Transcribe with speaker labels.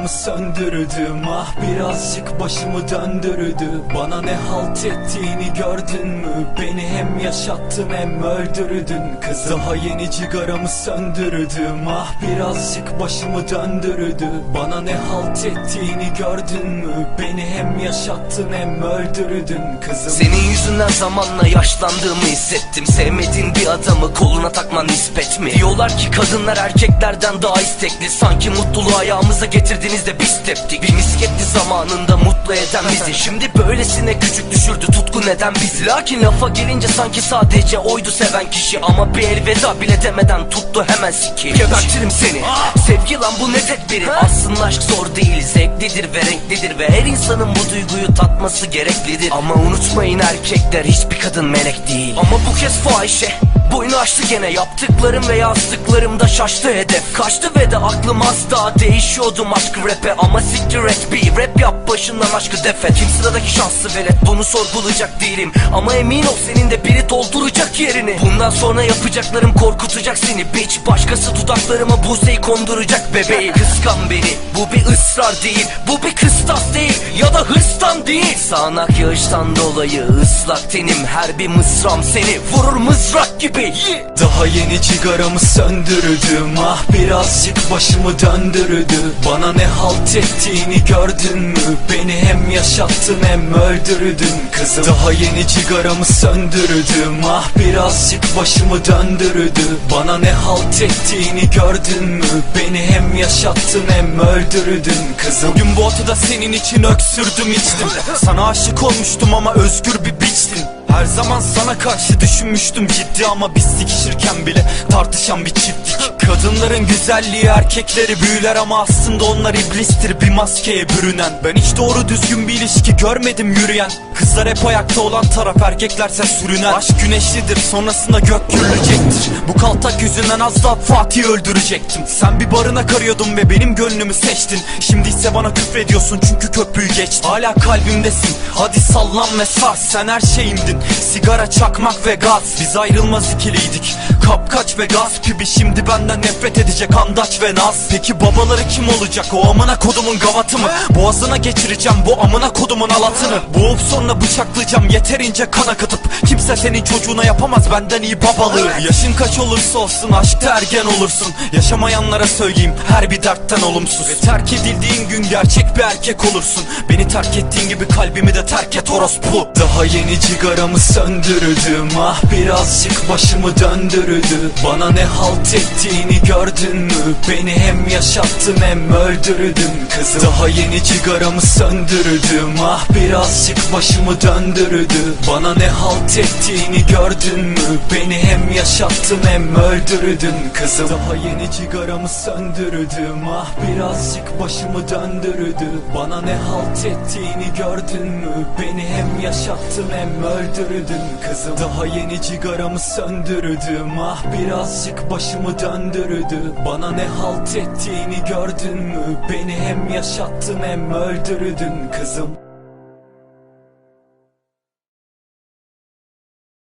Speaker 1: sigaramı söndürdüm. Ah birazcık başımı döndürdü. Bana ne halt ettiğini gördün mü? Beni hem yaşattın hem öldürdün kızım. Daha yeni sigaramı söndürdüm. Ah birazcık başımı döndürdü. Bana ne halt ettiğini gördün mü? Beni hem yaşattın hem öldürdün kızım.
Speaker 2: Senin yüzünden zamanla yaşlandığımı hissettim. Sevmediğin bir adamı koluna takman nispet mi? Diyorlar ki kadınlar erkeklerden daha istekli. Sanki mutluluğu ayağımıza getirdiğinizde biz teptik. Bir misketti zamanında mutlu eden bizi. Şimdi böylesine küçük düşürdü tutku neden bizi? Lakin lafa gelince sanki sadece oydu seven kişi. Ama bir elveda bile demeden tuttu hemen siki. Gebertirim seni. Sevgi lan bu ne tedbiri? Aslında aşk zor değil, zevklidir ve renklidir. Ve her insanın bu duyguyu tatması gereklidir. Ama unutmayın erkekler hiçbir kadın melek değil. Ama bu kez fahişe boynu açtı gene. Yaptıklarım ve yazdıklarımda şaştı hedef. Kaçtı ve de aklım az daha değişiyordum aşkı rap'e. Ama siktir et bir rap yap başından aşkı defet. Kim sıradaki şanslı velet bunu sorgulayacak değilim. Ama emin ol senin de biri dolduracak yerini. Bundan sonra yapacaklarım korkutacak seni bitch. Başkası dudaklarıma buseyi konduracak bebeğim. Kıskan beni bu bir ısrar değil, bu bir kıstas değil ya da hırstan değil. Sağanak yağıştan dolayı ıslak tenim. Her bir mısram seni vurur mızrak gibi.
Speaker 1: Daha yeni sigaramı söndürdüm. Ah birazcık başımı döndürdü. Bana ne halt ettiğini gördün mü? Beni hem yaşattın hem öldürdün kızım. Daha yeni sigaramı söndürdüm. Ah birazcık başımı döndürdü. Bana ne halt ettiğini gördün mü? Beni hem yaşattın hem öldürdün kızım. Bugün bu otoda senin için öksürdüm içtim. Sana aşık olmuştum ama özgür bir biçtin. Her zaman sana karşı düşünmüştüm ciddi. Ama biz sikişirken bile tartışan bir çiftlik. Kadınların güzelliği erkekleri büyüler. Ama aslında onlar iblistir bir maskeye bürünen. Ben hiç doğru düzgün bir ilişki görmedim yürüyen. Kızlar hep ayakta olan taraf, erkeklerse sürünen. Aşk güneşlidir sonrasında gök gürülecektir. Bu kaltak yüzünden az daha Fatih'i öldürecektim. Sen bir barınak arıyordun ve benim gönlümü seçtin. Şimdi ise bana küfrediyorsun çünkü köprüyü geçtin. Hala kalbimdesin hadi sallan ve sar. Sen her şeyimdin, sigara, çakmak ve gaz. Biz ayrılmaz ikiliydik, kapkaç ve gaz pibi. Şimdi benden nefret edecek andaç ve naz. Peki babaları kim olacak o amına kodumun gavatı mı? Boğazına geçireceğim bu amına kodumun alatını. Boğup sonra bıçaklayacağım yeterince kan akıtıp. Kimse senin çocuğuna yapamaz benden iyi babalığı. Yaşın kaç olursa olsun aşkta ergen olursun. Yaşamayanlara söyleyeyim her bir dertten olumsuz. Ve terk edildiğin gün gerçek bir erkek olursun. Beni terk ettiğin gibi kalbimi de terk et orospu. Daha yeni sigaramı söndürdüm. Ah birazcık başımı döndürdü. Bana ne halt ettiğini gördün mü? Beni hem yaşattın hem öldürdün kızım. Daha yeni sigaramı söndürdüm. Ah birazcık başımı döndürdü. Bana ne halt ettiğini gördün mü? Beni hem yaşattın hem öldürdün kızım. Daha yeni sigaramı söndürdüm. Ah birazcık başımı döndürdü. Bana ne halt ettiğini gördün mü? Beni hem yaşattın hem öldürdün kızım. Daha yeni sigaramı söndürdüm. Ah birazcık başımı döndürdü. Bana ne halt ettiğini gördün mü? Beni hem yaşattın hem öldürdün kızım.